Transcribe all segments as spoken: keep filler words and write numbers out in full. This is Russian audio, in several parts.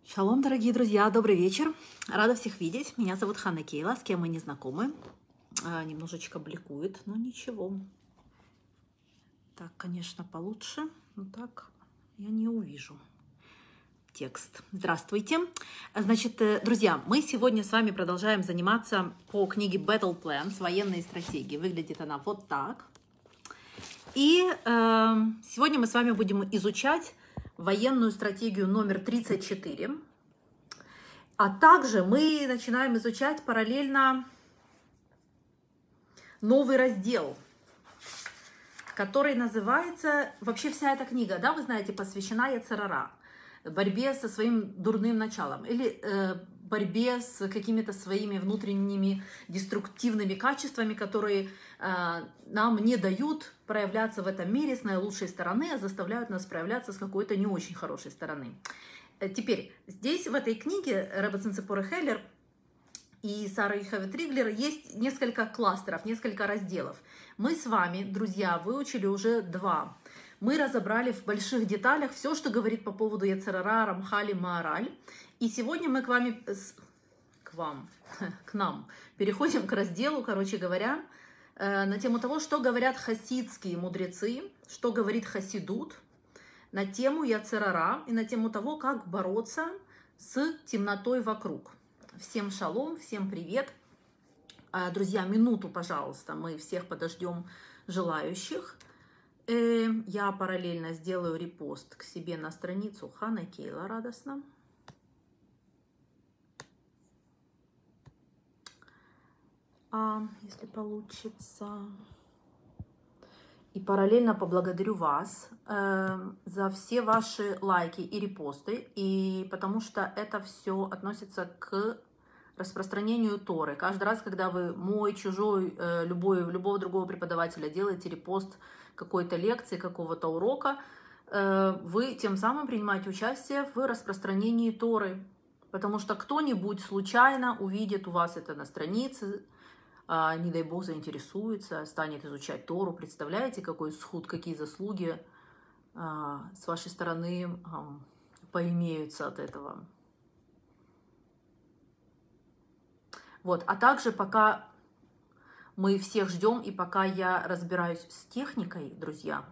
Шалом, дорогие друзья, добрый вечер. Рада всех видеть. Меня зовут Ханна Кейла, с кем мы не знакомы. А, немножечко бликует, но ничего. Так, конечно, получше, но так я не увижу текст. Здравствуйте. Значит, друзья, мы сегодня с вами продолжаем заниматься по книге Battle Plans, военные стратегии. Выглядит она вот так. И э, сегодня мы с вами будем изучать военную стратегию номер тридцать четыре. А также мы начинаем изучать параллельно новый раздел, который называется, вообще вся эта книга, да, вы знаете, посвящена Йецер ара, борьбе со своим дурным началом или э, борьбе с какими-то своими внутренними деструктивными качествами, которые э, нам не дают проявляться в этом мире с наилучшей стороны, а заставляют нас проявляться с какой-то не очень хорошей стороны. Теперь, здесь в этой книге Реббе Ципора Хеллер и Сара Йохевед Риглер есть несколько кластеров, несколько разделов. Мы с вами, друзья, выучили уже два. Мы разобрали в больших деталях все, что говорит по поводу Йецер ара, Рамхаль и Маораль. И сегодня мы к вами, к вам, к нам, переходим к разделу, короче говоря, на тему того, что говорят хасидские мудрецы, что говорит хасидут, на тему Йецер ара и на тему того, как бороться с темнотой вокруг. Всем шалом, всем привет. Друзья, минуту, пожалуйста, мы всех подождем желающих. Я параллельно сделаю репост к себе на страницу Ханна Кейла радостно. А, если получится. И параллельно поблагодарю вас э, за все ваши лайки и репосты, и потому что это все относится к распространению Торы. Каждый раз, когда вы мой, чужой, э, любой, любого другого преподавателя делаете репост какой-то лекции, какого-то урока, э, вы тем самым принимаете участие в распространении Торы, потому что кто-нибудь случайно увидит у вас это на странице, не дай бог заинтересуется, станет изучать Тору. Представляете, какой схуд, какие заслуги а, с вашей стороны а, поимеются от этого. Вот. А также пока мы всех ждем и пока я разбираюсь с техникой, друзья,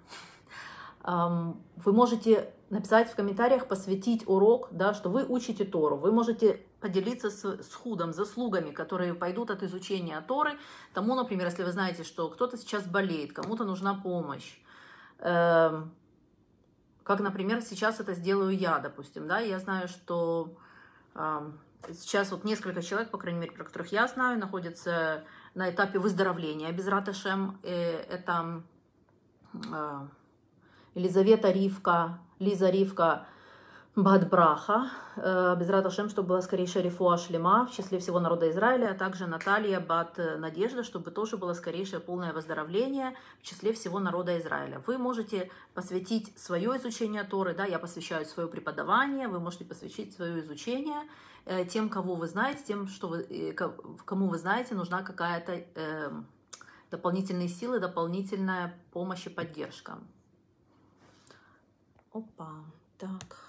вы можете написать в комментариях, посвятить урок, да, что вы учите Тору. Вы можете поделиться с, с худом, заслугами, которые пойдут от изучения Торы. Тому, например, если вы знаете, что кто-то сейчас болеет, кому-то нужна помощь. Э, как, например, сейчас это сделаю я, допустим. Да? Я знаю, что э, сейчас вот несколько человек, по крайней мере, про которых я знаю, находятся на этапе выздоровления. Безрат Ашем, э, это... Э, Елизавета Ривка, Лиза Ривка Бат Браха, Безрат Ашем, чтобы была скорейшая рефуа шлема в числе всего народа Израиля, а также Наталья Бат Надежда, чтобы тоже было скорейшее полное выздоровление в числе всего народа Израиля. Вы можете посвятить свое изучение Торы, да, я посвящаю свое преподавание, вы можете посвятить свое изучение тем, кого вы знаете, тем, что вы, кому вы знаете, нужна какая-то э, дополнительные силы, дополнительная помощь и поддержка. Опа, так.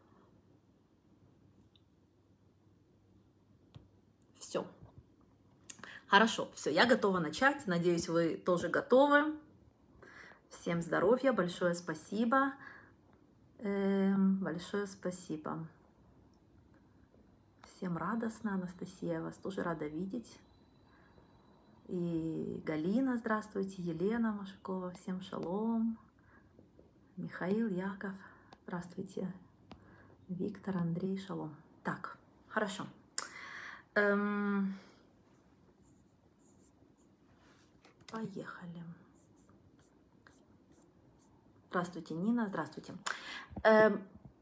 Все. Хорошо, все, я готова начать. Надеюсь, вы тоже готовы. Всем здоровья, большое спасибо. Эм, большое спасибо. Всем радостно, Анастасия, вас тоже рада видеть. И Галина, здравствуйте, Елена Машкова, всем шалом. Михаил, Яков, здравствуйте. Виктор, Андрей, шалом. Так, хорошо. Эм... Поехали. Здравствуйте, Нина, здравствуйте. Эм...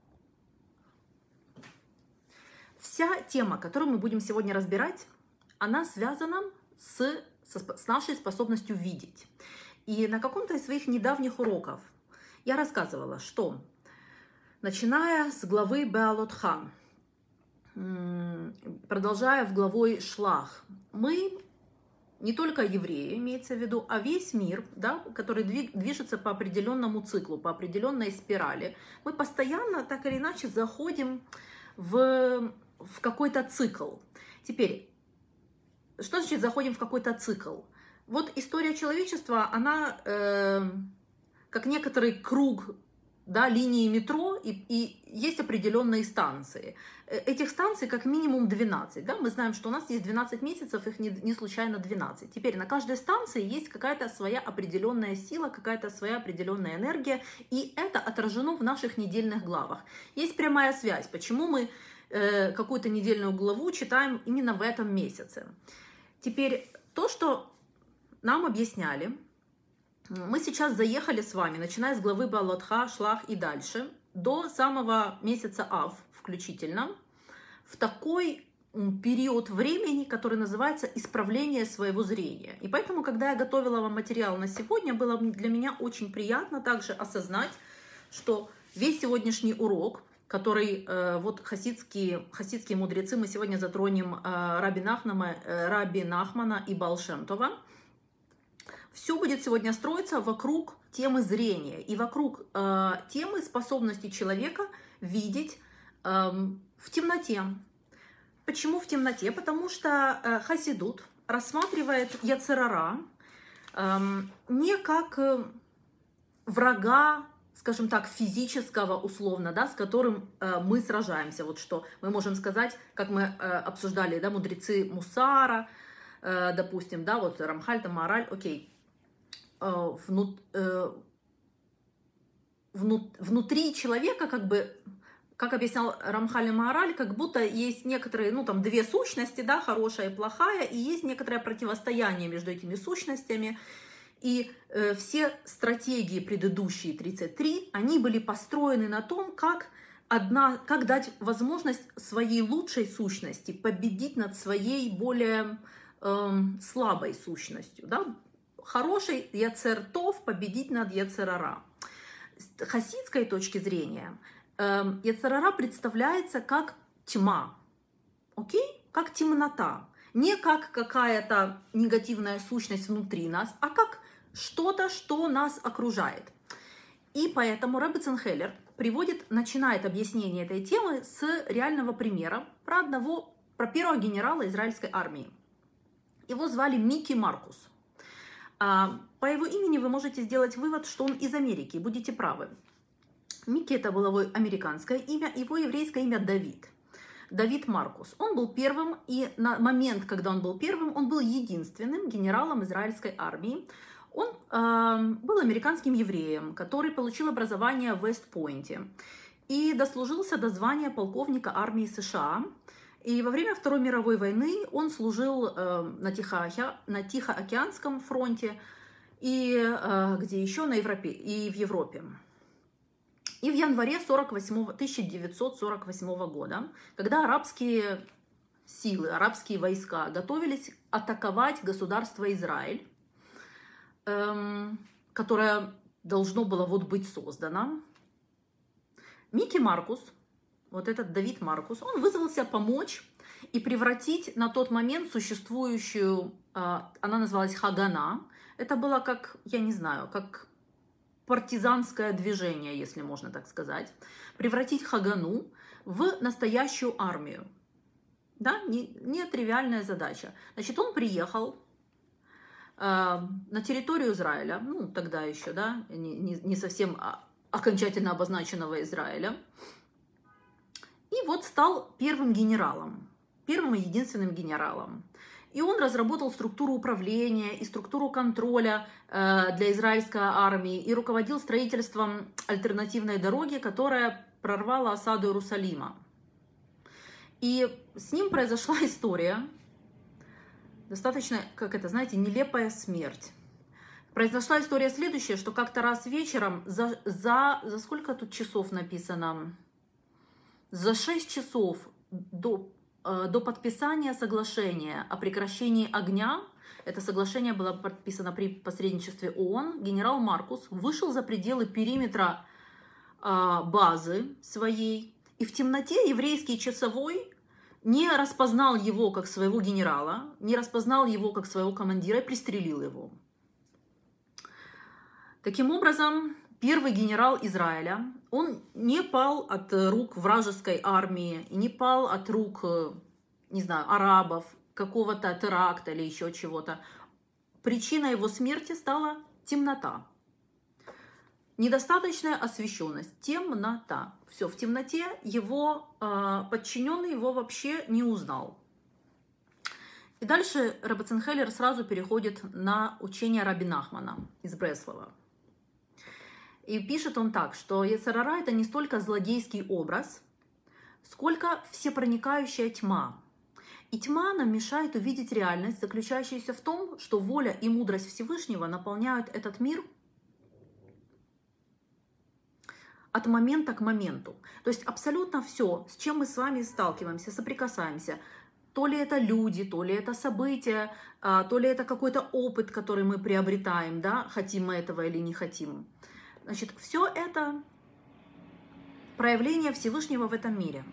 Вся тема, которую мы будем сегодня разбирать, она связана с, с нашей способностью видеть. И на каком-то из своих недавних уроков я рассказывала, что начиная с главы Беалот Ха, продолжая в главой Шлах, мы не только евреи, имеется в виду, а весь мир, да, который движется по определенному циклу, по определенной спирали. Мы постоянно, так или иначе, заходим в, в какой-то цикл. Теперь, что значит заходим в какой-то цикл? Вот история человечества, она э, как некоторый круг, да, линии метро, и, и есть определенные станции. Этих станций как минимум двенадцать. Да? Мы знаем, что у нас есть двенадцать месяцев, их не, не случайно двенадцать. Теперь на каждой станции есть какая-то своя определенная сила, какая-то своя определенная энергия, и это отражено в наших недельных главах. Есть прямая связь, почему мы э, какую-то недельную главу читаем именно в этом месяце. Теперь то, что нам объясняли, мы сейчас заехали с вами, начиная с главы Беалотха, Шлах и дальше, до самого месяца Ав включительно, в такой период времени, который называется исправление своего зрения. И поэтому, когда я готовила вам материал на сегодня, было для меня очень приятно также осознать, что весь сегодняшний урок, который э, вот хасидские, хасидские мудрецы, мы сегодня затронем э, Раби Нахмана, э, Раби Нахмана и Баал Шем Това, все будет сегодня строиться вокруг темы зрения и вокруг э, темы способности человека видеть э, в темноте. Почему в темноте? Потому что э, хасидут рассматривает яцер ара э, не как э, врага, скажем так, физического условно, да, с которым э, мы сражаемся. Вот что мы можем сказать, как мы э, обсуждали, да, мудрецы Мусара, э, допустим, да, вот Рамхаль, там, Маораль, окей. Внут, э, внут, внутри человека, как бы, как объяснял Рамхаль и Маораль, как будто есть некоторые, ну, там, две сущности, да, хорошая и плохая, и есть некоторое противостояние между этими сущностями. И э, все стратегии предыдущие тридцать три, они были построены на том, как, одна, как дать возможность своей лучшей сущности победить над своей более э, слабой сущностью, да. Хороший яцер тов победить над яцер ара. С хасидской точки зрения э, яцер ара представляется как тьма, окей? Как темнота. Не как какая-то негативная сущность внутри нас, а как что-то, что нас окружает. И поэтому Ребе Цинхеллер приводит, начинает объяснение этой темы с реального примера про одного, про первого генерала израильской армии. Его звали Микки Маркус. По его имени вы можете сделать вывод, что он из Америки, будете правы. Микки — это было его американское имя, его еврейское имя Давид. Давид Маркус. Он был первым, и на момент, когда он был первым, он был единственным генералом израильской армии. Он э, был американским евреем, который получил образование в Вест-Пойнте и дослужился до звания полковника армии США. И во время Второй мировой войны он служил э, на, Тихо- на Тихоокеанском фронте, и э, где еще, на Европе, и в Европе. И в январе тысяча девятьсот сорок восьмого года, когда арабские силы, арабские войска готовились атаковать государство Израиль, э, которое должно было вот быть создано, Микки Маркус, вот этот Давид Маркус, он вызвался помочь и превратить на тот момент существующую, она называлась Хагана, это было как, я не знаю, как партизанское движение, если можно так сказать, превратить Хагану в настоящую армию. Да, не, не тривиальная задача. Значит, он приехал э, на территорию Израиля, ну, тогда еще, да, не, не, не совсем окончательно обозначенного Израиля, и вот стал первым генералом, первым и единственным генералом. И он разработал структуру управления и структуру контроля э, для израильской армии и руководил строительством альтернативной дороги, которая прорвала осаду Иерусалима. И с ним произошла история, достаточно, как это, знаете, нелепая смерть. Произошла история следующая, что как-то раз вечером, за, за, за сколько тут часов написано? За шесть часов до, э, до подписания соглашения о прекращении огня, это соглашение было подписано при посредничестве ООН, генерал Маркус вышел за пределы периметра э, базы своей, и в темноте еврейский часовой не распознал его как своего генерала, не распознал его как своего командира и пристрелил его. Таким образом, первый генерал Израиля, он не пал от рук вражеской армии, не пал от рук, не знаю, арабов, какого-то теракта или еще чего-то. Причиной его смерти стала темнота. Недостаточная освещенность, темнота. Все, в темноте его э, подчиненный его вообще не узнал. И дальше Ребе Цинхеллер сразу переходит на учение Раби Нахмана из Бреслова. И пишет он так, что йецер гара это не столько злодейский образ, сколько всепроникающая тьма. И тьма нам мешает увидеть реальность, заключающуюся в том, что воля и мудрость Всевышнего наполняют этот мир от момента к моменту. То есть абсолютно все, с чем мы с вами сталкиваемся, соприкасаемся, то ли это люди, то ли это события, то ли это какой-то опыт, который мы приобретаем, да, хотим мы этого или не хотим. Значит, все это проявление Всевышнего в этом мире.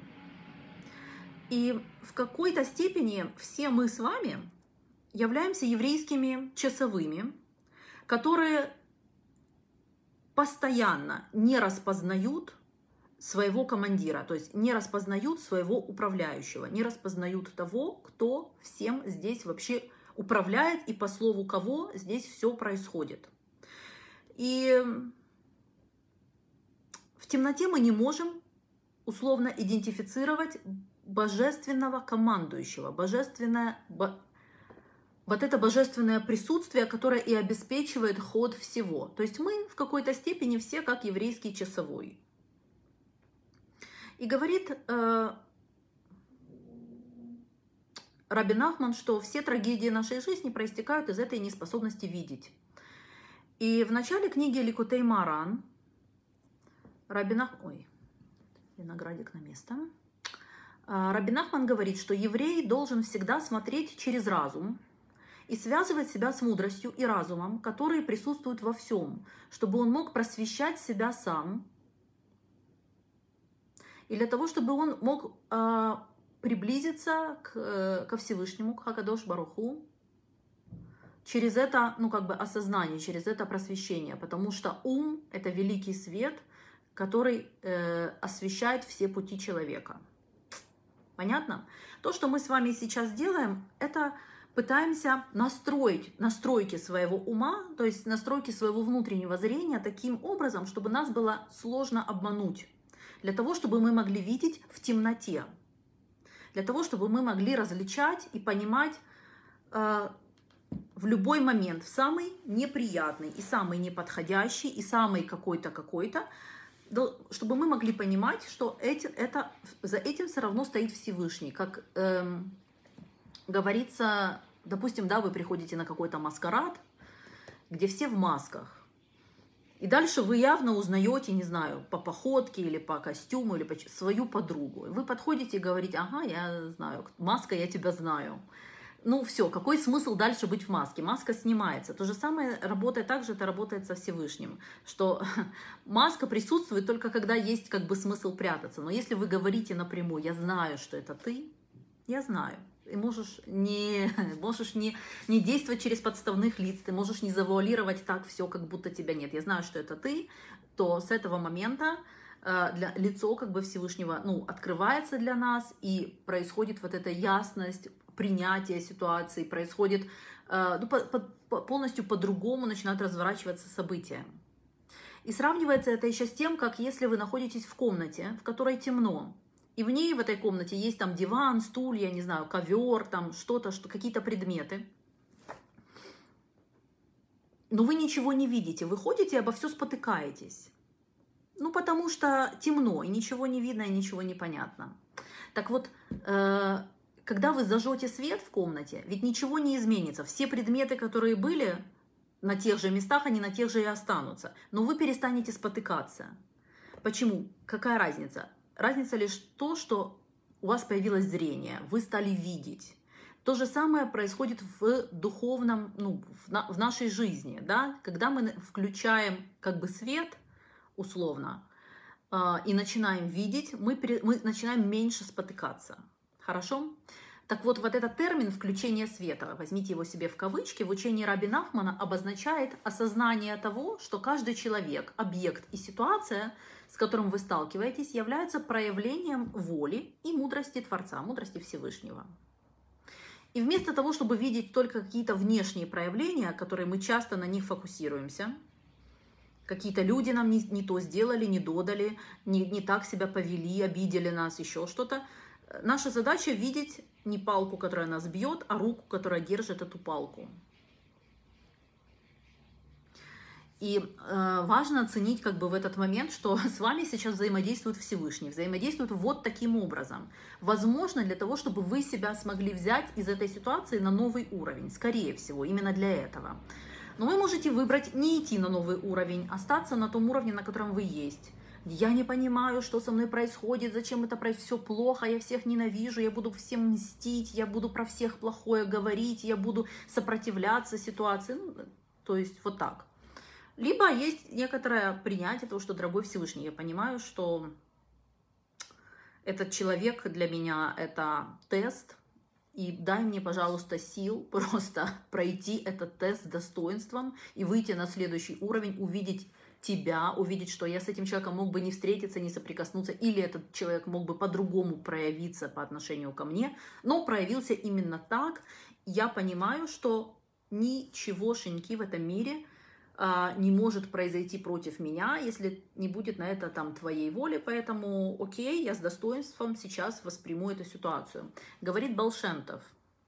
И в какой-то степени все мы с вами являемся еврейскими часовыми, которые постоянно не распознают своего командира, то есть не распознают своего управляющего, не распознают того, кто всем здесь вообще управляет и по слову кого здесь все происходит. И в темноте мы не можем условно идентифицировать божественного командующего, божественное, бо, вот это божественное присутствие, которое и обеспечивает ход всего. То есть мы в какой-то степени все как еврейский часовой. И говорит э, Раби Нахман, что все трагедии нашей жизни проистекают из этой неспособности видеть. И в начале книги Ликутей Моаран Раби Нахман, ой, виноградик на место. Раби Нахман говорит, что еврей должен всегда смотреть через разум и связывать себя с мудростью и разумом, которые присутствуют во всем, чтобы он мог просвещать себя сам, и для того, чтобы он мог э, приблизиться к, э, ко Всевышнему, к Хакадош Баруху, через это, ну, как бы осознание, через это просвещение, потому что ум – это великий свет, который э, освещает все пути человека. Понятно? То, что мы с вами сейчас делаем, это пытаемся настроить настройки своего ума, то есть настройки своего внутреннего зрения таким образом, чтобы нас было сложно обмануть. Для того, чтобы мы могли видеть в темноте. Для того, чтобы мы могли различать и понимать э, в любой момент, в самый неприятный и самый неподходящий, и самый какой-то какой-то, чтобы мы могли понимать, что эти, это, за этим все равно стоит Всевышний. Как эм, говорится, допустим, да, вы приходите на какой-то маскарад, где все в масках. И дальше вы явно узнаете, не знаю, по походке или по костюму, или по свою подругу. Вы подходите и говорите: ага, я знаю, маска, я тебя знаю. Ну все, какой смысл дальше быть в маске? Маска снимается. То же самое работает так же, это работает со Всевышним. Что маска присутствует только когда есть как бы смысл прятаться. Но если вы говорите напрямую: я знаю, что это ты, я знаю. И можешь не, можешь не, не действовать через подставных лиц, ты можешь не завуалировать так все, как будто тебя нет. Я знаю, что это ты, то с этого момента э, для, лицо как бы Всевышнего, ну, открывается для нас, и происходит вот эта ясность, принятие ситуации, происходит э, ну, по, по, полностью по-другому начинают разворачиваться события. И сравнивается это еще с тем, как если вы находитесь в комнате, в которой темно, и в ней, в этой комнате, есть там диван, стулья, не знаю, ковер, там что-то, что, какие-то предметы. Но вы ничего не видите, вы ходите и обо все спотыкаетесь. Ну, потому что темно, и ничего не видно, и ничего не понятно. Так вот, э, когда вы зажжете свет в комнате, ведь ничего не изменится. Все предметы, которые были на тех же местах, они на тех же и останутся. Но вы перестанете спотыкаться. Почему? Какая разница? Разница лишь то, что у вас появилось зрение, вы стали видеть. То же самое происходит в духовном, ну, в, на, в нашей жизни, да? Когда мы включаем как бы свет, условно, э, и начинаем видеть, мы, пере, мы начинаем меньше спотыкаться. Хорошо? Так вот, вот этот термин «включение света», возьмите его себе в кавычки, в учении Раби Нахмана обозначает осознание того, что каждый человек, объект и ситуация, с которым вы сталкиваетесь, являются проявлением воли и мудрости Творца, мудрости Всевышнего. И вместо того, чтобы видеть только какие-то внешние проявления, которые мы часто на них фокусируемся, какие-то люди нам не, не то сделали, не додали, не, не так себя повели, обидели нас, еще что-то, наша задача видеть не палку, которая нас бьет, а руку, которая держит эту палку. И э, важно оценить как бы в этот момент, что с вами сейчас взаимодействует Всевышний, взаимодействует вот таким образом. Возможно, для того, чтобы вы себя смогли взять из этой ситуации на новый уровень, скорее всего, именно для этого. Но вы можете выбрать не идти на новый уровень, остаться на том уровне, на котором вы есть. Я не понимаю, что со мной происходит, зачем это происходит, все плохо, я всех ненавижу, я буду всем мстить, я буду про всех плохое говорить, я буду сопротивляться ситуации. Ну, то есть вот так. Либо есть некоторое принятие того, что, дорогой Всевышний, я понимаю, что этот человек для меня это тест, и дай мне, пожалуйста, сил просто пройти этот тест с достоинством и выйти на следующий уровень, увидеть тебя, увидеть, что я с этим человеком мог бы не встретиться, не соприкоснуться, или этот человек мог бы по-другому проявиться по отношению ко мне, но проявился именно так. Я понимаю, что ничегошеньки в этом мире а, не может произойти против меня, если не будет на это там твоей воли, поэтому окей, я с достоинством сейчас восприму эту ситуацию. Говорит Баал Шем Тов,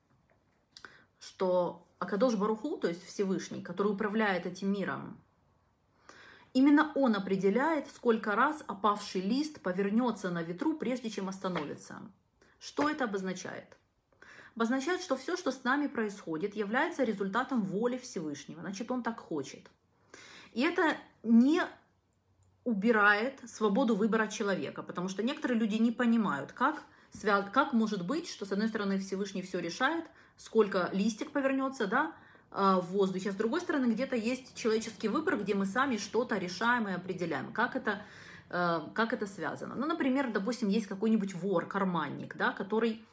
что Акадош Барух Ху, то есть Всевышний, который управляет этим миром, именно он определяет, сколько раз опавший лист повернется на ветру, прежде чем остановится. Что это обозначает? Обозначает, что все, что с нами происходит, является результатом воли Всевышнего. Значит, он так хочет. И это не убирает свободу выбора человека, потому что некоторые люди не понимают, как, как может быть, что с одной стороны Всевышний все решает, сколько листик повернется, да, в воздухе, а с другой стороны где-то есть человеческий выбор, где мы сами что-то решаем и определяем, как это, как это связано. Ну, например, допустим, есть какой-нибудь вор, карманник, да, который,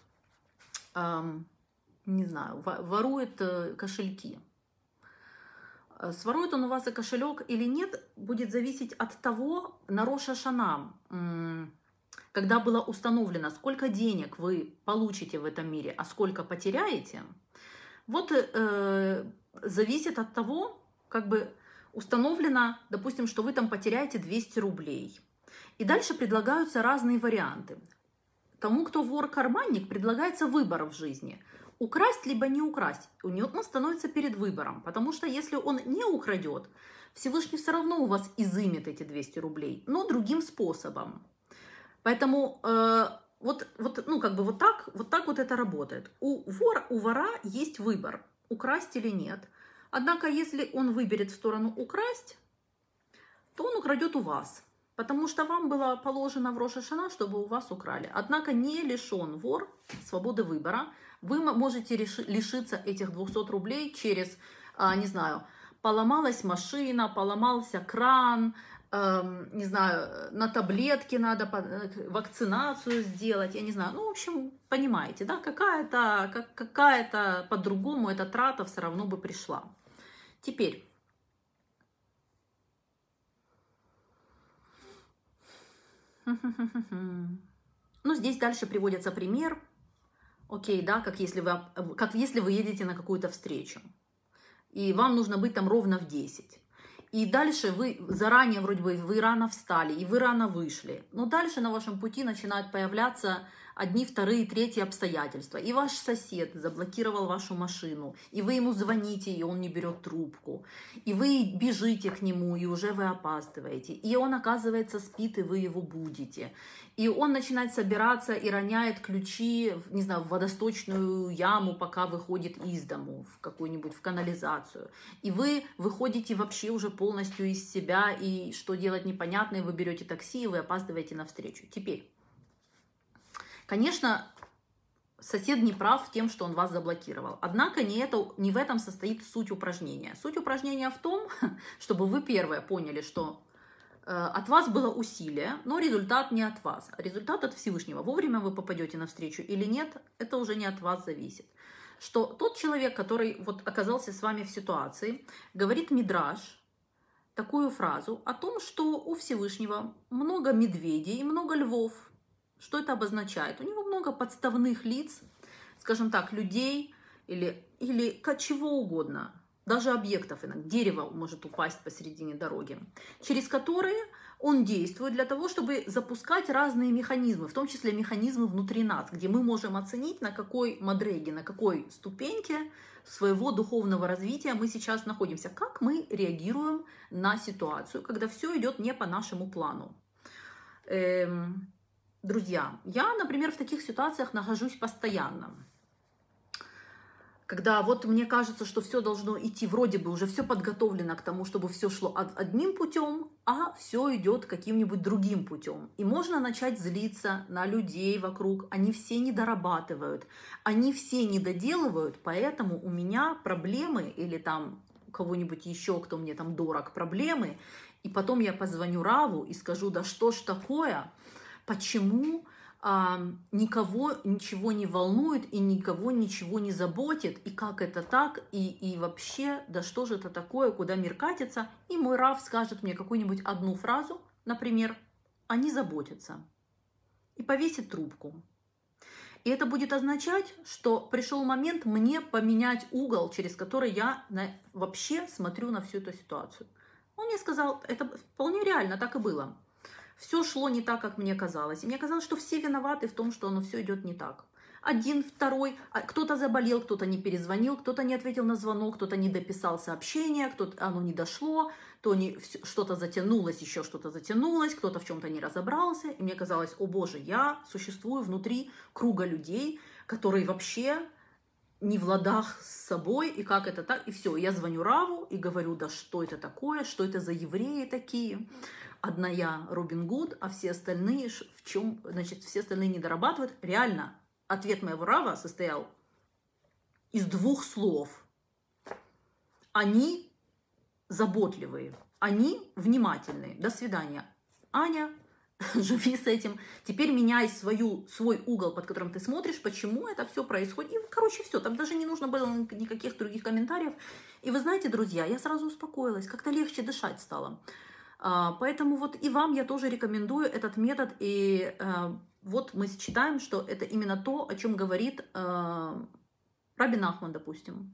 не знаю, ворует кошельки. Сворует он у вас и кошелек или нет, будет зависеть от того, на Рош ха-Шана, когда было установлено, сколько денег вы получите в этом мире, а сколько потеряете. Вот э, зависит от того, как бы установлено, допустим, что вы там потеряете двести рублей. И дальше предлагаются разные варианты. Тому, кто вор-карманник, предлагается выбор в жизни. Украсть либо не украсть. У него он становится перед выбором. Потому что если он не украдет, Всевышний все равно у вас изымет эти двести рублей, но другим способом. Поэтому... Э, Вот, вот, ну, как бы вот так, вот так вот это работает. У вора, у вора есть выбор, украсть или нет. Однако, если он выберет в сторону украсть, то он украдет у вас. Потому что вам было положено в Рош ха-Шана, чтобы у вас украли. Однако не лишен вор свободы выбора. Вы можете лишиться этих двухсот рублей через, не знаю, поломалась машина, поломался кран, не знаю, на таблетки надо вакцинацию сделать, я не знаю. Ну, в общем, понимаете, да, какая-то как, какая-то по-другому эта трата все равно бы пришла. Теперь. Ну, здесь дальше приводится пример. Окей, да, как если вы, как если вы едете на какую-то встречу, и вам нужно быть там ровно в десять. И дальше вы заранее, вроде бы, вы рано встали, и вы рано вышли. Но дальше на вашем пути начинают появляться одни, вторые, третьи обстоятельства. И ваш сосед заблокировал вашу машину, и вы ему звоните, и он не берет трубку. И вы бежите к нему, и уже вы опаздываете. И он, оказывается, спит, и вы его будете. И он начинает собираться и роняет ключи, не знаю, в водосточную яму, пока выходит из дому, в какую-нибудь, в канализацию. И вы выходите вообще уже полностью из себя, и что делать непонятно, и вы берете такси, и вы опаздываете на встречу. Теперь, конечно, сосед не прав тем, что он вас заблокировал. Однако не, это, не в этом состоит суть упражнения. Суть упражнения в том, чтобы вы первое поняли, что от вас было усилие, но результат не от вас, а результат от Всевышнего. Вовремя вы попадете навстречу или нет, это уже не от вас зависит. Что тот человек, который вот оказался с вами в ситуации, говорит мидраш, такую фразу о том, что у Всевышнего много медведей и много львов. Что это обозначает? У него много подставных лиц, скажем так, людей или, или чего угодно, даже объектов, иногда дерево может упасть посередине дороги, через которые он действует для того, чтобы запускать разные механизмы, в том числе механизмы внутри нас, где мы можем оценить, на какой мадреге, на какой ступеньке своего духовного развития мы сейчас находимся, как мы реагируем на ситуацию, когда все идет не по нашему плану. Эм, друзья, я, например, в таких ситуациях нахожусь постоянно. Когда вот мне кажется, что все должно идти, вроде бы уже все подготовлено к тому, чтобы все шло одним путем, а все идет каким-нибудь другим путем. И можно начать злиться на людей вокруг, они все не дорабатывают, они все не доделывают, поэтому у меня проблемы, или там у кого-нибудь еще, кто мне там дорог, проблемы, и потом я позвоню Раву и скажу, да что ж такое, почему... А, никого ничего не волнует и никого ничего не заботит, и как это так, и, и вообще, да что же это такое, куда мир катится, и мой Рав скажет мне какую-нибудь одну фразу, например, они заботятся, и повесит трубку. И это будет означать, что пришел момент мне поменять угол, через который я на, вообще смотрю на всю эту ситуацию. Он мне сказал, это вполне реально, так и было. Все шло не так, как мне казалось. И мне казалось, что все виноваты в том, что оно все идет не так. Один, второй, кто-то заболел, кто-то не перезвонил, кто-то не ответил на звонок, кто-то не дописал сообщение, кто-то оно не дошло, то не, что-то затянулось, еще что-то затянулось, кто-то в чем-то не разобрался. И мне казалось, о боже, я существую внутри круга людей, которые вообще не в ладах с собой, и как это так, и все. Я звоню Раву и говорю, да что это такое, что это за евреи такие. Одна я Робин Гуд, а все остальные в чем, значит, все остальные не дорабатывают. Реально, ответ моего Рава состоял из двух слов. Они заботливые, они внимательные. До свидания. Аня, живи с этим. Теперь меняй свою, свой угол, под которым ты смотришь, почему это все происходит. И, короче, все, там даже не нужно было никаких других комментариев. И вы знаете, друзья, я сразу успокоилась, как-то легче дышать стало. Поэтому вот и вам я тоже рекомендую этот метод. И э, вот мы читаем, что это именно то, о чем говорит э, Раби Нахман, допустим.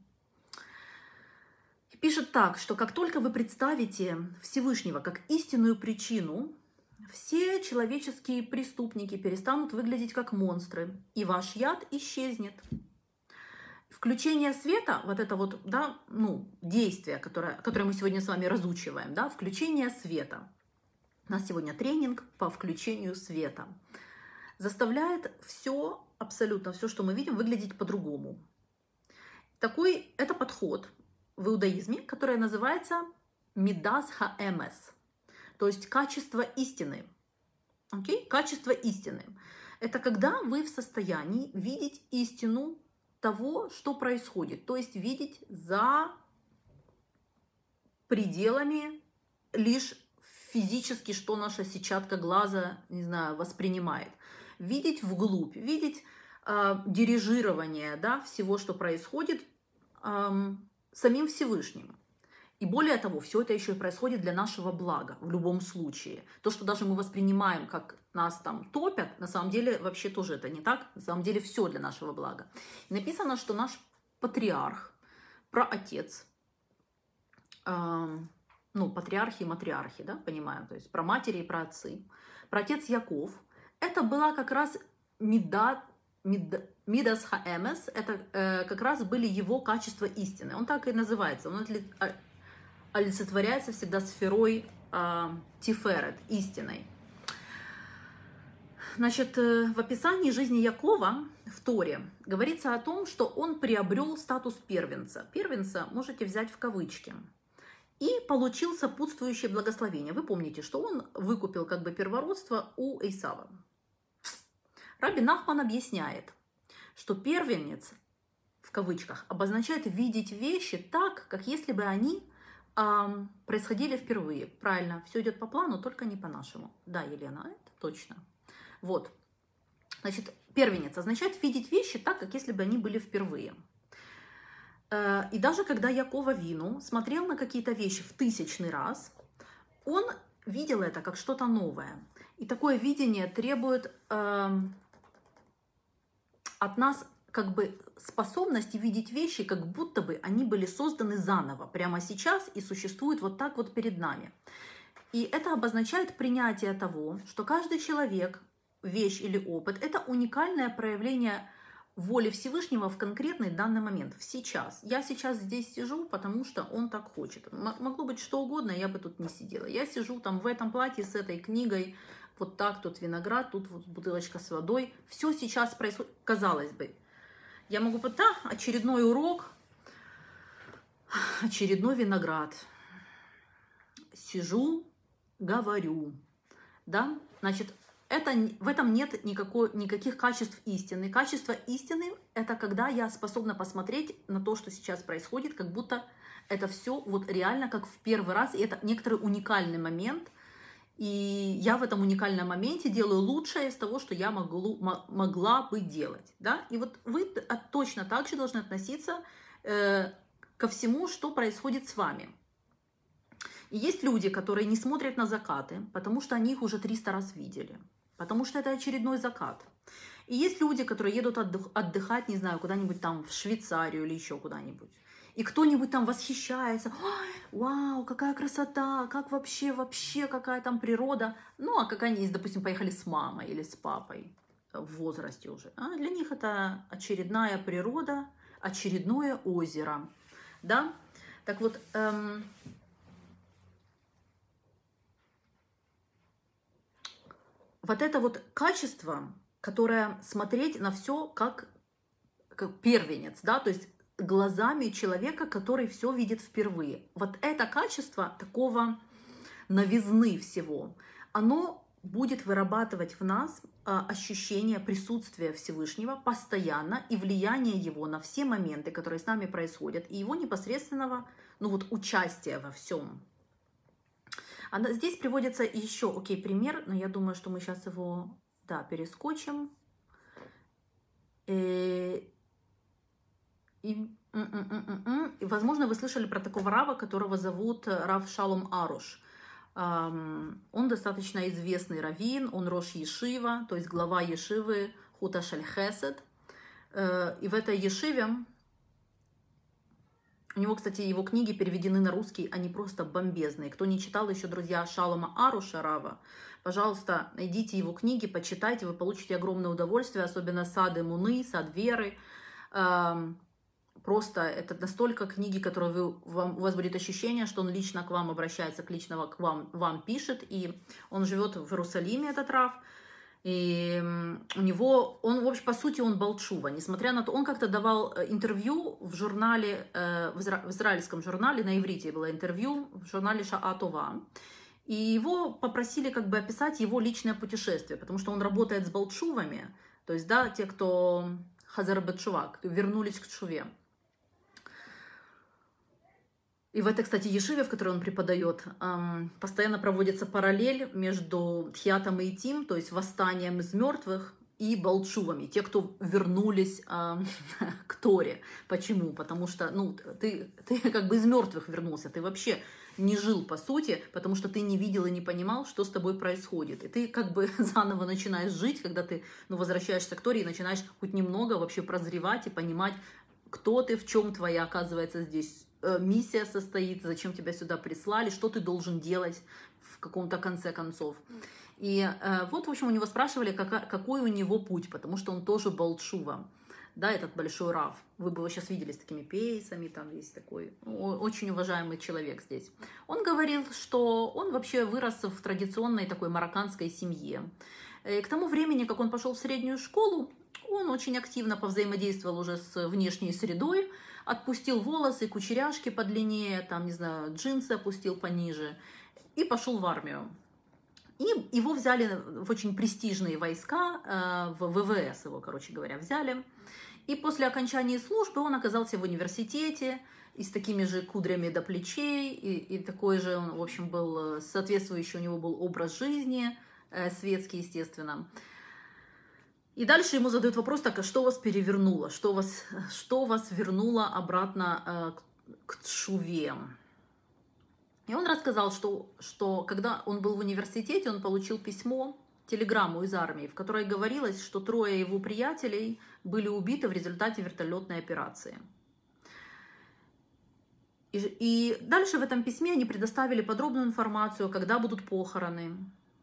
И пишет так, что как только вы представите Всевышнего как истинную причину, все человеческие преступники перестанут выглядеть как монстры, и ваш яд исчезнет. Включение света, вот это вот, да, ну, действие, которое, которое мы сегодня с вами разучиваем, да, включение света. У нас сегодня тренинг по включению света. Заставляет все, абсолютно все, что мы видим, выглядеть по-другому. Такой, это подход в иудаизме, который называется мидас хаэмес, то есть качество истины. Окей? Качество истины. Это когда вы в состоянии видеть истину того, что происходит, то есть видеть за пределами лишь физически, что наша сетчатка глаза, не знаю, воспринимает. Видеть вглубь, видеть э, дирижирование, да, всего, что происходит э, самим Всевышним. И более того, все это еще и происходит для нашего блага в любом случае. То, что даже мы воспринимаем, как нас там топят, на самом деле вообще тоже это не так. На самом деле все для нашего блага. И написано, что наш патриарх, праотец, э, ну, патриархи и матриархи, да, понимаем, то есть про матери и про отцы, праотец Яков, это была как раз мида, мида, мидас хаэмес, это э, как раз были его качества истины. Он так и называется, он олицетворяется всегда сферой э, тиферет, истиной. Значит, э, в описании жизни Якова в Торе говорится о том, что он приобрел статус первенца. Первенца можете взять в кавычки. И получил сопутствующее благословение. Вы помните, что он выкупил как бы первородство у Эйсава. Раби Нахман объясняет, что первенец, в кавычках, обозначает видеть вещи так, как если бы они а, происходили впервые. Правильно, все идет по плану, только не по-нашему. Да, Елена, это точно. Вот. Значит, первенец означает видеть вещи так, как если бы они были впервые. И даже когда Яков Авину смотрел на какие-то вещи в тысячный раз, он видел это как что-то новое. И такое видение требует э, от нас как бы способности видеть вещи, как будто бы они были созданы заново, прямо сейчас и существуют вот так вот перед нами. И это обозначает принятие того, что каждый человек, вещь или опыт – это уникальное проявление воли Всевышнего в конкретный данный момент, в сейчас. Я сейчас здесь сижу, потому что он так хочет. Могло быть что угодно, я бы тут не сидела. Я сижу там в этом платье с этой книгой, вот так, тут виноград, тут вот бутылочка с водой. Все сейчас происходит, казалось бы. Я могу быть, да, очередной урок, очередной виноград. Сижу, говорю, да, значит, это, в этом нет никакой, никаких качеств истины. Качество истины – это когда я способна посмотреть на то, что сейчас происходит, как будто это все вот реально как в первый раз. И это некоторый уникальный момент. И я в этом уникальном моменте делаю лучшее из того, что я могу, могла бы делать. Да? И вот вы точно так же должны относиться э, ко всему, что происходит с вами. И есть люди, которые не смотрят на закаты, потому что они их уже триста раз видели. Потому что это очередной закат. И есть люди, которые едут отдых, отдыхать, не знаю, куда-нибудь там в Швейцарию или еще куда-нибудь. И кто-нибудь там восхищается. Ой, вау, какая красота, как вообще, вообще, какая там природа. Ну, а как они, допустим, поехали с мамой или с папой в возрасте уже. А для них это очередная природа, очередное озеро. Да? Так вот... Эм... Вот это вот качество, которое смотреть на все как, как первенец, да, то есть глазами человека, который все видит впервые. Вот это качество такого новизны всего, оно будет вырабатывать в нас а, ощущение присутствия Всевышнего постоянно и влияние его на все моменты, которые с нами происходят, и его непосредственного, ну вот, участия во всем. А здесь приводится еще, окей, пример, но я думаю, что мы сейчас его, да, перескочим. И, и, и, возможно, вы слышали про такого рава, которого зовут Рав Шалом Аруш. Он достаточно известный раввин, он рош ешива, то есть глава ешивы Хута Шель Хесед. И в этой ешиве... У него, кстати, его книги переведены на русский, они просто бомбезные. Кто не читал еще, друзья, Шалома Аруша Рава, пожалуйста, найдите его книги, почитайте, вы получите огромное удовольствие, особенно Сад Эмуны, Сад Веры. Просто это настолько книги, которые вы, вам, у вас будет ощущение, что он лично к вам обращается, к лично к вам, вам пишет, и он живет в Иерусалиме, этот Рав. И у него, он, в общем, по сути, он Балчува. Несмотря на то, он как-то давал интервью в журнале, в израильском журнале, на иврите было интервью, в журнале Шаа Това. И его попросили как бы описать его личное путешествие, потому что он работает с Балчувами, то есть, да, те, кто Хазар Бетшува, вернулись к Чуве. И в этой, кстати, ешиве, в которой он преподает, постоянно проводится параллель между Тхиатом и Итим, то есть восстанием из мертвых, и Балчувами, те, кто вернулись к Торе. Почему? Потому что ну, ты, ты как бы из мертвых вернулся, ты вообще не жил, по сути, потому что ты не видел и не понимал, что с тобой происходит. И ты как бы заново начинаешь жить, когда ты ну, возвращаешься к Торе и начинаешь хоть немного вообще прозревать и понимать, кто ты, в чем твоя, оказывается, здесь миссия состоит, зачем тебя сюда прислали, что ты должен делать в каком-то конце концов. И э, вот, в общем, у него спрашивали, как, какой у него путь, потому что он тоже Балчува, да, этот большой Рав. Вы бы его сейчас видели с такими пейсами, там есть такой очень уважаемый человек здесь. Он говорил, что он вообще вырос в традиционной такой марокканской семье. И к тому времени, как он пошел в среднюю школу, он очень активно повзаимодействовал уже с внешней средой, отпустил волосы, кучеряшки подлиннее, там, не знаю, джинсы опустил пониже и пошел в армию. И его взяли в очень престижные войска, в ВВС его, короче говоря, взяли. И после окончания службы он оказался в университете, и с такими же кудрями до плечей, и, и такой же он, в общем, был, соответствующий у него был образ жизни, э, светский, естественно. И дальше ему задают вопрос, так, а что вас перевернуло, что вас, что вас вернуло обратно э, к, к Тшуве? И он рассказал, что, что когда он был в университете, он получил письмо, телеграмму из армии, в которой говорилось, что трое его приятелей были убиты в результате вертолетной операции. И, и дальше в этом письме они предоставили подробную информацию, когда будут похороны,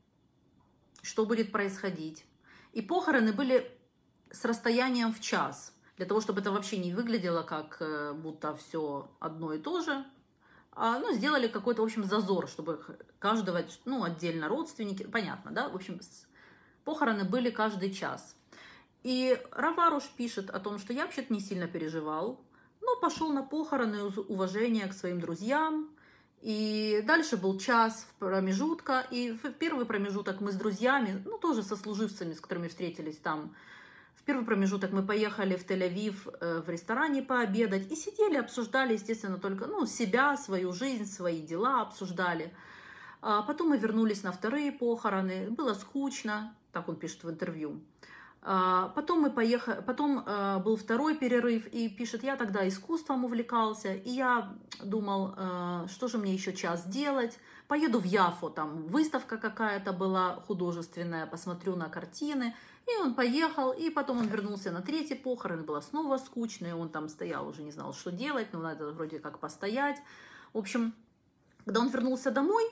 что будет происходить. И похороны были с расстоянием в час, для того, чтобы это вообще не выглядело как будто все одно и то же. А, ну, сделали какой-то, в общем, зазор, чтобы каждого, ну, отдельно родственники, понятно, да, в общем, похороны были каждый час. И Рав Аруш пишет о том, что я вообще-то не сильно переживал, но пошел на похороны из уважения к своим друзьям, и дальше был час промежутка, и в первый промежуток мы с друзьями, ну, тоже со служивцами, с которыми встретились там, в первый промежуток мы поехали в Тель-Авив в ресторане пообедать и сидели, обсуждали, естественно, только ну, себя, свою жизнь, свои дела обсуждали. А потом мы вернулись на вторые похороны, было скучно, так он пишет в интервью. А потом мы поехали, потом а, был второй перерыв, и пишет, я тогда искусством увлекался, и я думал, а, что же мне еще час делать. Поеду в Яффу, там выставка какая-то была художественная, посмотрю на картины. И он поехал, и потом он вернулся на третий похорон, было снова скучно, и он там стоял, уже не знал, что делать, но надо вроде как постоять. В общем, когда он вернулся домой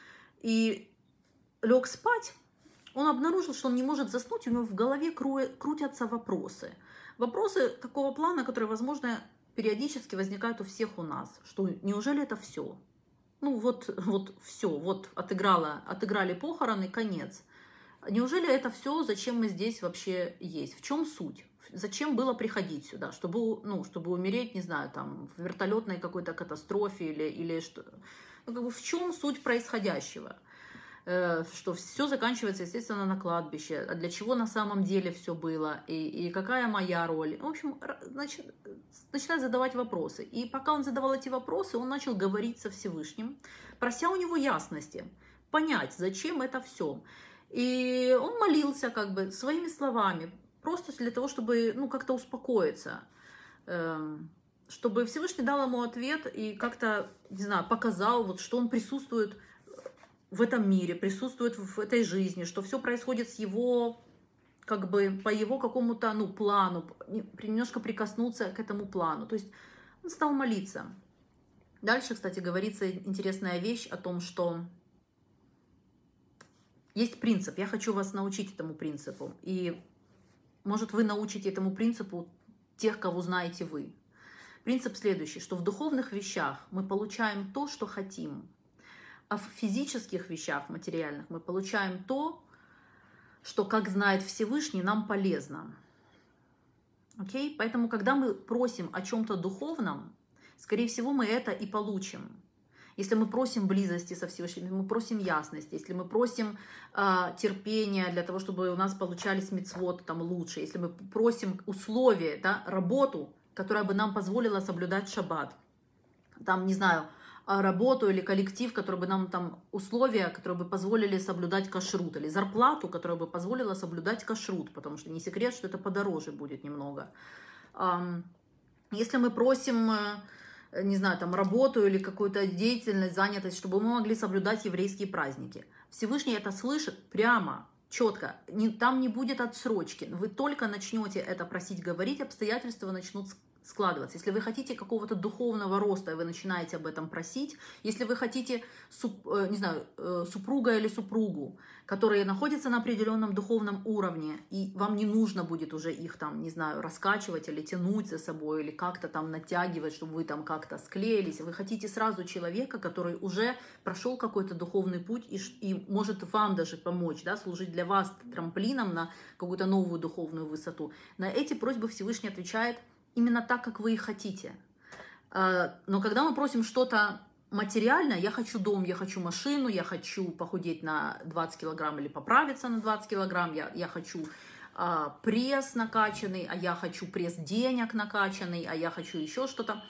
и лег спать, он обнаружил, что он не может заснуть, у него в голове крутятся вопросы. Вопросы такого плана, которые, возможно, периодически возникают у всех у нас, что неужели это все? Ну вот, вот все, вот отыграла, отыграли похороны, конец. Неужели это все, зачем мы здесь вообще есть? В чем суть? Зачем было приходить сюда? Чтобы, ну, чтобы умереть, не знаю, там, в вертолетной какой-то катастрофе или, или что? Ну, как бы в чем суть происходящего? Э, что все заканчивается, естественно, на кладбище. А для чего на самом деле все было? И, и какая моя роль? В общем, значит, начинает задавать вопросы. И пока он задавал эти вопросы, он начал говорить со Всевышним, прося у него ясности, понять, зачем это все. И он молился как бы своими словами, просто для того, чтобы ну, как-то успокоиться, чтобы Всевышний дал ему ответ и как-то, не знаю, показал, вот, что он присутствует в этом мире, присутствует в этой жизни, что все происходит с его, как бы по его какому-то ну, плану, немножко прикоснуться к этому плану. То есть он стал молиться. Дальше, кстати, говорится интересная вещь о том, что есть принцип, я хочу вас научить этому принципу, и, может, вы научите этому принципу тех, кого знаете вы. Принцип следующий, что в духовных вещах мы получаем то, что хотим, а в физических вещах, материальных, мы получаем то, что, как знает Всевышний, нам полезно. Окей? Поэтому, когда мы просим о чем-то духовном, скорее всего, мы это и получим. Если мы просим близости со Всевышним, если мы просим ясности, если мы просим э, терпения для того, чтобы у нас получались мицвот там лучше, если мы просим условия, да, работу, которая бы нам позволила соблюдать шаббат, там, не знаю, работу или коллектив, который бы нам там условия, которые бы позволили соблюдать кашрут, или зарплату, которая бы позволила соблюдать кашрут, потому что не секрет, что это подороже будет немного. Э, если мы просим... не знаю, там, работу или какую-то деятельность, занятость, чтобы мы могли соблюдать еврейские праздники. Всевышний это слышит прямо, четко. Не, там не будет отсрочки. Вы только начнете это просить, говорить, обстоятельства начнут складываться. Если вы хотите какого-то духовного роста, и вы начинаете об этом просить, если вы хотите, не знаю, супруга или супругу, которые находятся на определенном духовном уровне, и вам не нужно будет уже их там, не знаю, раскачивать или тянуть за собой, или как-то там натягивать, чтобы вы там как-то склеились. Вы хотите сразу человека, который уже прошел какой-то духовный путь и, и может вам даже помочь, да, служить для вас трамплином на какую-то новую духовную высоту. На эти просьбы Всевышний отвечает именно так, как вы и хотите. Но когда мы просим что-то материальное, я хочу дом, я хочу машину, я хочу похудеть на двадцать килограмм или поправиться на двадцать килограмм, я, я хочу пресс накачанный, а я хочу пресс денег накачанный, а я хочу еще что-то.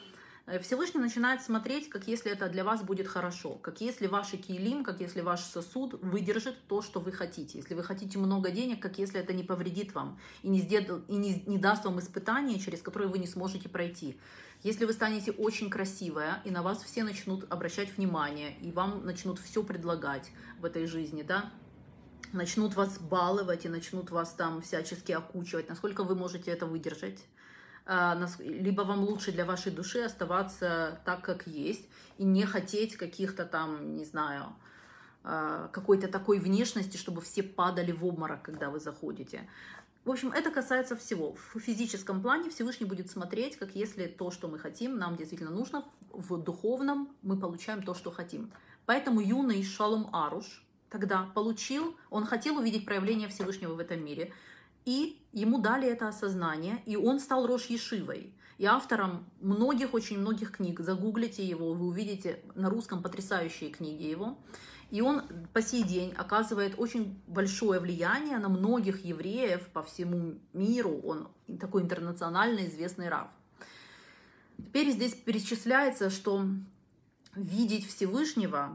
Всевышний начинает смотреть, как если это для вас будет хорошо, как если ваш килим, как если ваш сосуд выдержит то, что вы хотите. Если вы хотите много денег, как если это не повредит вам и не, сдел... и не, не даст вам испытания, через которые вы не сможете пройти. Если вы станете очень красивая, и на вас все начнут обращать внимание, и вам начнут все предлагать в этой жизни, да, начнут вас баловать и начнут вас там всячески окучивать, насколько вы можете это выдержать. Либо вам лучше для вашей души оставаться так, как есть, и не хотеть каких-то там, не знаю, какой-то такой внешности, чтобы все падали в обморок, когда вы заходите. В общем, это касается всего. В физическом плане Всевышний будет смотреть, как если то, что мы хотим, нам действительно нужно, в духовном мы получаем то, что хотим. Поэтому юный Шалом Аруш тогда получил, он хотел увидеть проявление Всевышнего в этом мире, и ему дали это осознание, и он стал Рош Ешивой. И автором многих, очень многих книг. Загуглите его, вы увидите на русском потрясающие книги его. И он по сей день оказывает очень большое влияние на многих евреев по всему миру. Он такой интернационально известный рав. Теперь здесь перечисляется, что видеть Всевышнего,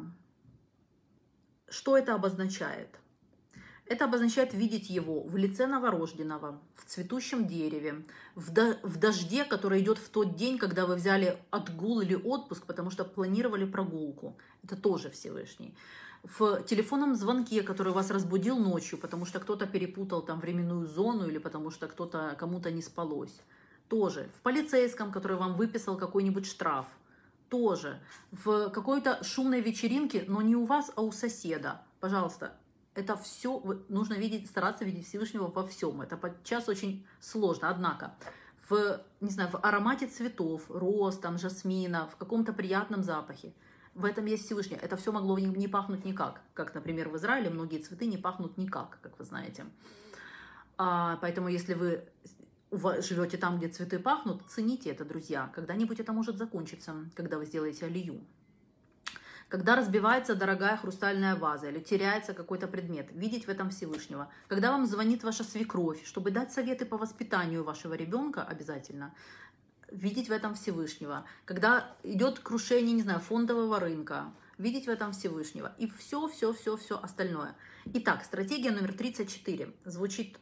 что это обозначает? Это обозначает видеть его в лице новорожденного, в цветущем дереве, в, до, в дожде, который идет в тот день, когда вы взяли отгул или отпуск, потому что планировали прогулку. Это тоже Всевышний. В телефонном звонке, который вас разбудил ночью, потому что кто-то перепутал там временную зону или потому что кто-то, кому-то не спалось. Тоже. В полицейском, который вам выписал какой-нибудь штраф. Тоже. В какой-то шумной вечеринке, но не у вас, а у соседа. Пожалуйста. Это все нужно видеть, стараться видеть Всевышнего во всем. Это подчас очень сложно. Однако, в, не знаю, в аромате цветов, роз, там, жасмина, в каком-то приятном запахе, в этом есть Всевышний. Это все могло не пахнуть никак. Как, например, в Израиле многие цветы не пахнут никак, как вы знаете. А, поэтому, если вы живете там, где цветы пахнут, цените это, друзья. Когда-нибудь это может закончиться, когда вы сделаете алию. Когда разбивается дорогая хрустальная ваза или теряется какой-то предмет, видеть в этом Всевышнего. Когда вам звонит ваша свекровь, чтобы дать советы по воспитанию вашего ребенка обязательно, видеть в этом Всевышнего. Когда идет крушение, не знаю, фондового рынка, видеть в этом Всевышнего. И все, все, все, все остальное. Итак, стратегия номер тридцать четыре звучит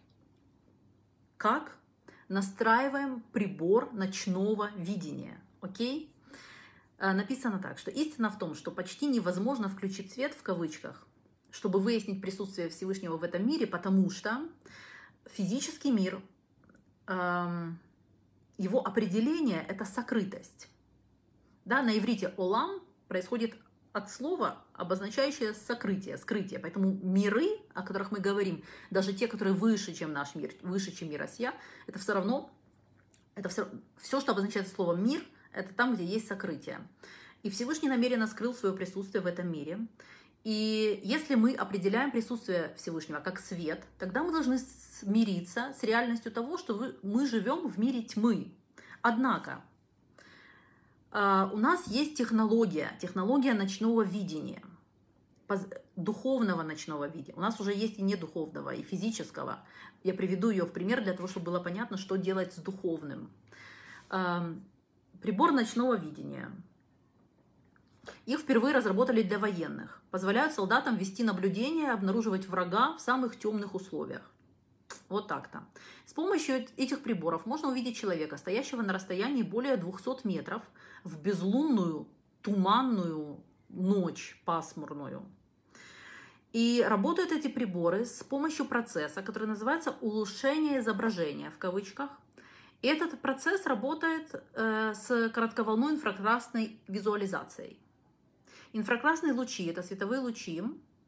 как? Настраиваем прибор ночного видения. Окей? Написано так, что истина в том, что почти невозможно включить свет в кавычках, чтобы выяснить присутствие Всевышнего в этом мире, потому что физический мир, эм, его определение – это сокрытость. Да, на иврите «олам» происходит от слова, обозначающее сокрытие, скрытие. Поэтому миры, о которых мы говорим, даже те, которые выше, чем наш мир, выше, чем мир Асия, это все равно, это все, все, что обозначает слово «мир», это там, где есть сокрытие. И Всевышний намеренно скрыл свое присутствие в этом мире. И если мы определяем присутствие Всевышнего как свет, тогда мы должны смириться с реальностью того, что вы, мы живем в мире тьмы. Однако, э, у нас есть технология, технология ночного видения, духовного ночного видения. У нас уже есть и недуховного, и физического. Я приведу ее в пример для того, чтобы было понятно, что делать с духовным. Э, Прибор ночного видения. Их впервые разработали для военных. Позволяют солдатам вести наблюдение и обнаруживать врага в самых темных условиях. Вот так-то. С помощью этих приборов можно увидеть человека, стоящего на расстоянии более двухсот метров в безлунную, туманную ночь пасмурную. И работают эти приборы с помощью процесса, который называется улучшение изображения, в кавычках. И этот процесс работает э, с коротковолновой инфракрасной визуализацией. Инфракрасные лучи – это световые лучи,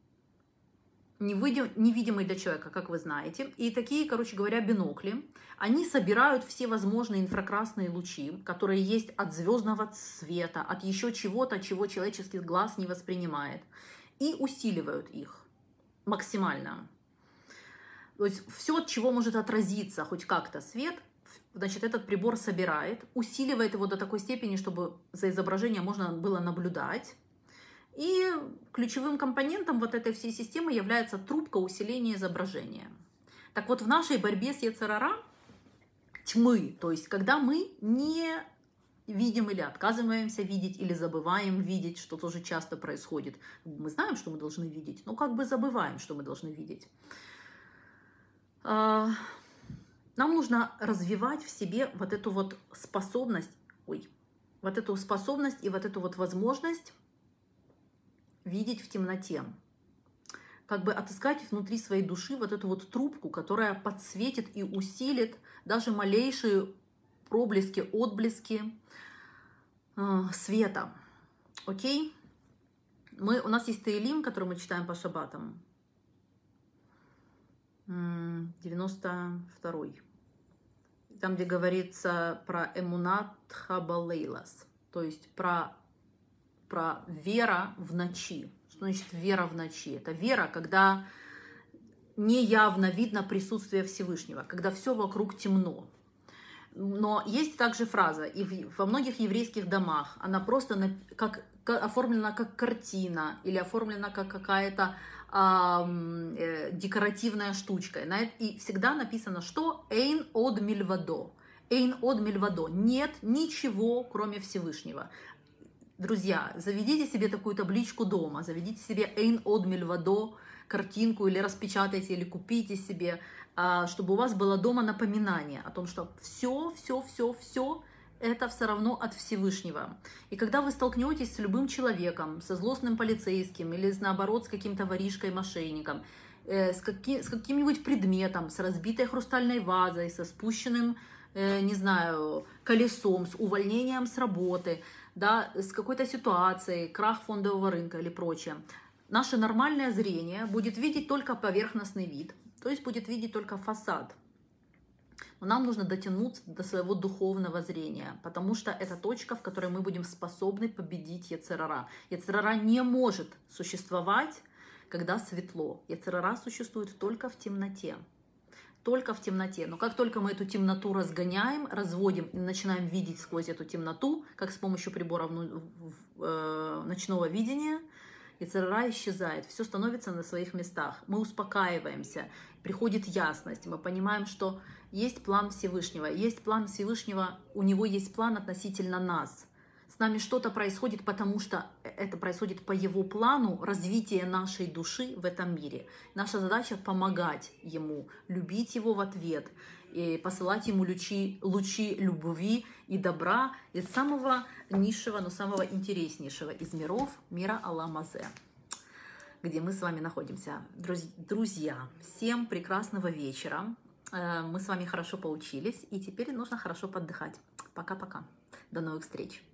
невидим, невидимые для человека, как вы знаете. И такие, короче говоря, бинокли, они собирают все возможные инфракрасные лучи, которые есть от звездного света, от еще чего-то, чего человеческий глаз не воспринимает, и усиливают их максимально. То есть все, от чего может отразиться хоть как-то свет – значит, этот прибор собирает, усиливает его до такой степени, чтобы за изображением можно было наблюдать. И ключевым компонентом вот этой всей системы является трубка усиления изображения. Так вот, в нашей борьбе с Йецер Ара, тьмы, то есть когда мы не видим или отказываемся видеть, или забываем видеть, что тоже часто происходит. Мы знаем, что мы должны видеть, но как бы забываем, что мы должны видеть. Нам нужно развивать в себе вот эту вот способность, ой, вот эту способность и вот эту вот возможность видеть в темноте. Как бы отыскать внутри своей души вот эту вот трубку, которая подсветит и усилит даже малейшие проблески, отблески э, света. Окей? Мы, у нас есть Теилим, который мы читаем по шаббатам. девяносто второй. Там, где говорится про эмунат хабалейлас, то есть про, про вера в ночи. Что значит вера в ночи? Это вера, когда неявно видно присутствие Всевышнего, когда все вокруг темно. Но есть также фраза, и во многих еврейских домах она просто как, как, оформлена как картина или оформлена как какая-то э, декоративная штучка. И всегда написано, что «эйн од мильвадо». «Эйн од мильвадо». Нет ничего, кроме Всевышнего. Друзья, заведите себе такую табличку дома, заведите себе «эйн од мильвадо», картинку, или распечатайте, или купите себе, чтобы у вас было дома напоминание о том, что все, все, все, все это все равно от Всевышнего. И когда вы столкнетесь с любым человеком, со злостным полицейским или наоборот с каким-то воришкой-мошенником, с, каким, с каким-нибудь предметом, с разбитой хрустальной вазой, со спущенным, не знаю, колесом, с увольнением с работы, да, с какой-то ситуацией, крах фондового рынка или прочее, наше нормальное зрение будет видеть только поверхностный вид, то есть будет видеть только фасад. Но нам нужно дотянуться до своего духовного зрения, потому что это точка, в которой мы будем способны победить Йецер ара. Йецер ара не может существовать, когда светло. Йецер ара существует только в темноте. Только в темноте. Но как только мы эту темноту разгоняем, разводим и начинаем видеть сквозь эту темноту, как с помощью приборов ночного видения, Йецер ара исчезает, все становится на своих местах. Мы успокаиваемся, приходит ясность, мы понимаем, что есть план Всевышнего, есть план Всевышнего, у него есть план относительно нас. С нами что-то происходит, потому что это происходит по его плану развития нашей души в этом мире. Наша задача помогать ему, любить его в ответ, и посылать ему лучи, лучи любви и добра из самого низшего, но самого интереснейшего из миров, мира Алам-Азе, где мы с вами находимся. Друзья, всем прекрасного вечера. Мы с вами хорошо поучились, и теперь нужно хорошо поддыхать. Пока-пока. До новых встреч.